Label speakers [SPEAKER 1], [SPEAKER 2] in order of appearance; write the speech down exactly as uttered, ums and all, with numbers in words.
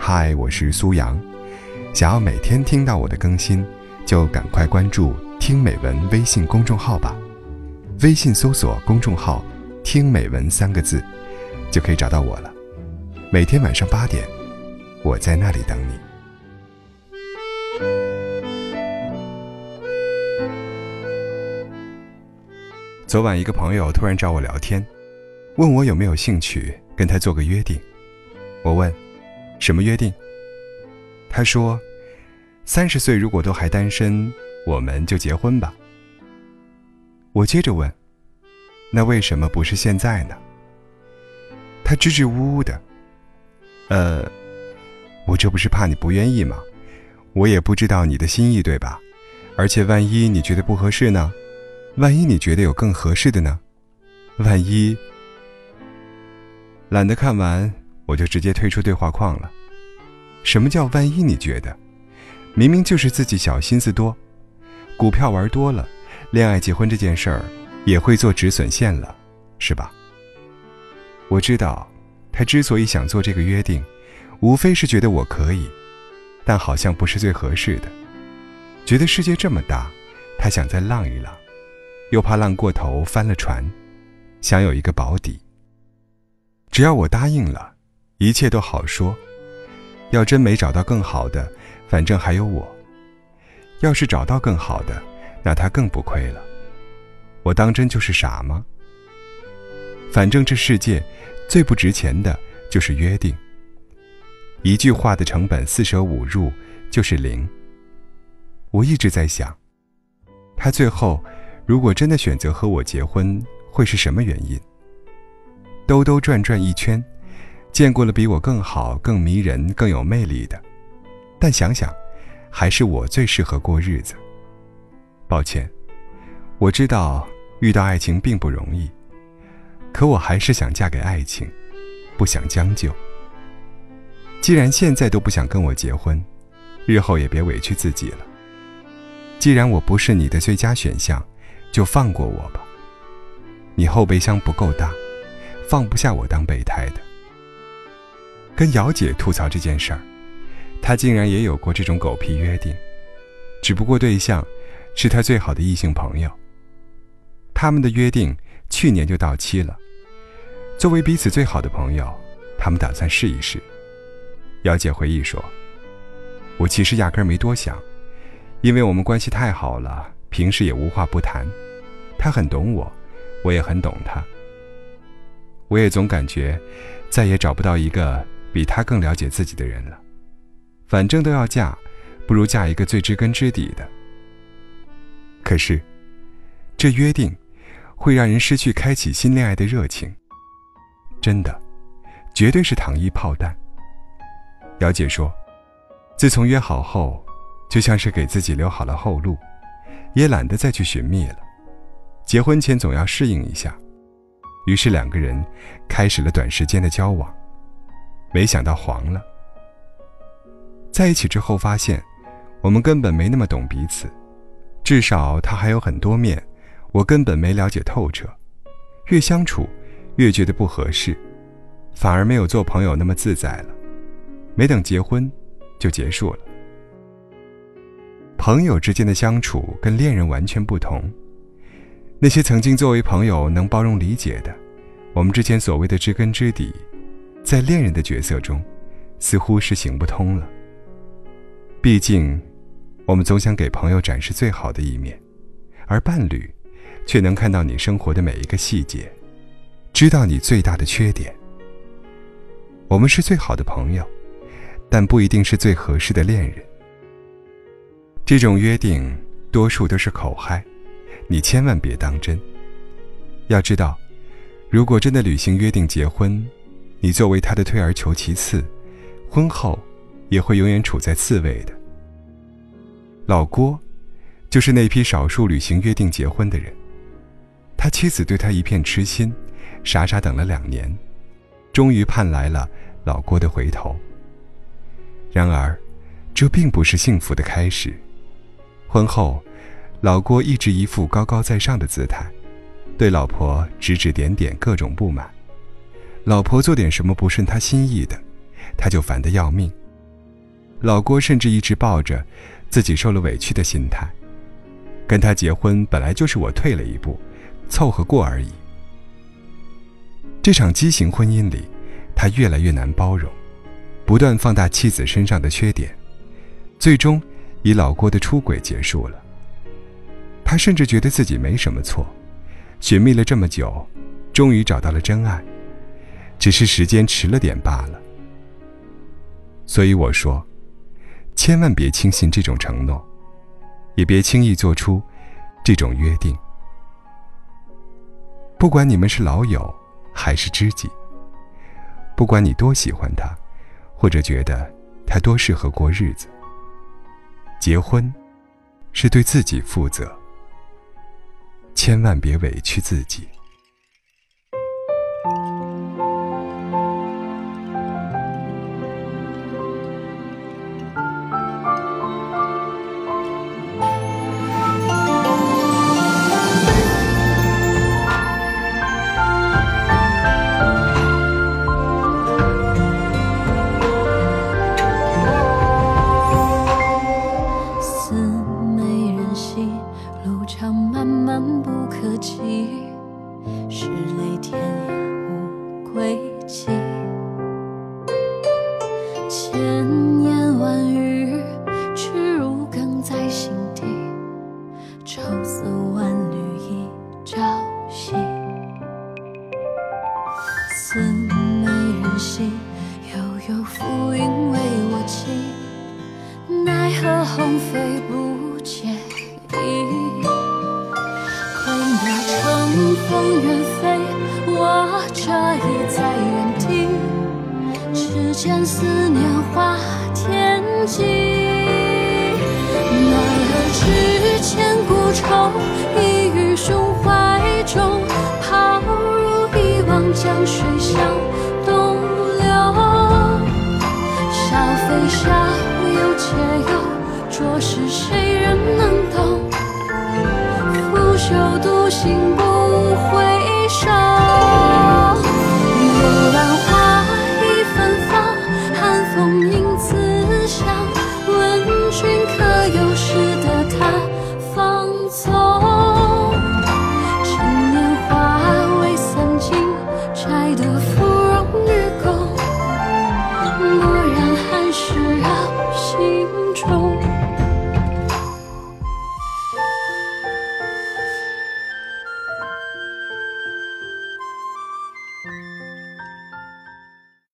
[SPEAKER 1] 嗨，我是苏阳。想要每天听到我的更新，就赶快关注听美文微信公众号吧。微信搜索公众号听美文三个字，就可以找到我了。每天晚上八点，我在那里等你。昨晚一个朋友突然找我聊天，问我有没有兴趣跟他做个约定。我问什么约定？他说三十岁如果都还单身，我们就结婚吧。我接着问，那为什么不是现在呢？他支支吾吾的，呃，我这不是怕你不愿意吗？我也不知道你的心意，对吧？而且万一你觉得不合适呢？万一你觉得有更合适的呢？万一……懒得看完，我就直接退出对话框了。什么叫万一你觉得？明明就是自己小心思多，股票玩多了，恋爱结婚这件事儿也会做止损线了，是吧？我知道他之所以想做这个约定，无非是觉得我可以，但好像不是最合适的。觉得世界这么大，他想再浪一浪，又怕浪过头翻了船，想有一个保底。只要我答应了，一切都好说。要真没找到更好的，反正还有我。要是找到更好的，那他更不亏了。我当真就是傻吗？反正这世界最不值钱的就是约定。一句话的成本四舍五入就是零。我一直在想，他最后如果真的选择和我结婚，会是什么原因？兜兜转转一圈，见过了比我更好、更迷人、更有魅力的，但想想，还是我最适合过日子。抱歉，我知道遇到爱情并不容易，可我还是想嫁给爱情，不想将就。既然现在都不想跟我结婚，日后也别委屈自己了。既然我不是你的最佳选项，就放过我吧。你后备箱不够大，放不下我当备胎的。跟姚姐吐槽这件事儿，她竟然也有过这种狗屁约定，只不过对象是她最好的异性朋友。他们的约定去年就到期了，作为彼此最好的朋友，他们打算试一试。姚姐回忆说，我其实压根儿没多想，因为我们关系太好了，平时也无话不谈，他很懂我，我也很懂他。我也总感觉再也找不到一个比他更了解自己的人了，反正都要嫁，不如嫁一个最知根知底的。可是这约定会让人失去开启新恋爱的热情，真的绝对是糖衣炮弹。姚姐说，自从约好后，就像是给自己留好了后路，也懒得再去寻觅了。结婚前总要适应一下，于是两个人开始了短时间的交往，没想到黄了。在一起之后发现，我们根本没那么懂彼此，至少他还有很多面，我根本没了解透彻。越相处越觉得不合适，反而没有做朋友那么自在了。没等结婚就结束了。朋友之间的相处跟恋人完全不同，那些曾经作为朋友能包容理解的，我们之前所谓的知根知底，在恋人的角色中似乎是行不通了。毕竟我们总想给朋友展示最好的一面，而伴侣却能看到你生活的每一个细节，知道你最大的缺点。我们是最好的朋友，但不一定是最合适的恋人。这种约定多数都是口嗨，你千万别当真。要知道，如果真的履行约定结婚，你作为他的退而求其次，婚后也会永远处在次位的。老郭就是那批少数履行约定结婚的人，他妻子对他一片痴心，傻傻等了两年，终于盼来了老郭的回头。然而这并不是幸福的开始。婚后老郭一直一副高高在上的姿态，对老婆指指点点，各种不满。老婆做点什么不顺他心意的，他就烦得要命， 老郭甚至一直抱着自己受了委屈的心态，跟他结婚本来就是我退了一步，凑合过而已。这场畸形婚姻里，他越来越难包容，不断放大妻子身上的缺点，最终以老郭的出轨结束了。他甚至觉得自己没什么错，寻觅了这么久，终于找到了真爱，只是时间迟了点罢了。所以我说，千万别轻信这种承诺，也别轻易做出这种约定。不管你们是老友还是知己，不管你多喜欢他，或者觉得他多适合过日子，结婚是对自己负责，千万别委屈自己。
[SPEAKER 2] 是雷天涯无归期，千言万语耻辱梗在心底，愁色万缕一朝夕。似美人兮，悠悠浮云为我骑，奈何鸿飞不解意。乘风远飞，我这一在原地，只见思念化天际。奈何只千古愁，一于胸怀中，抛入一汪江水相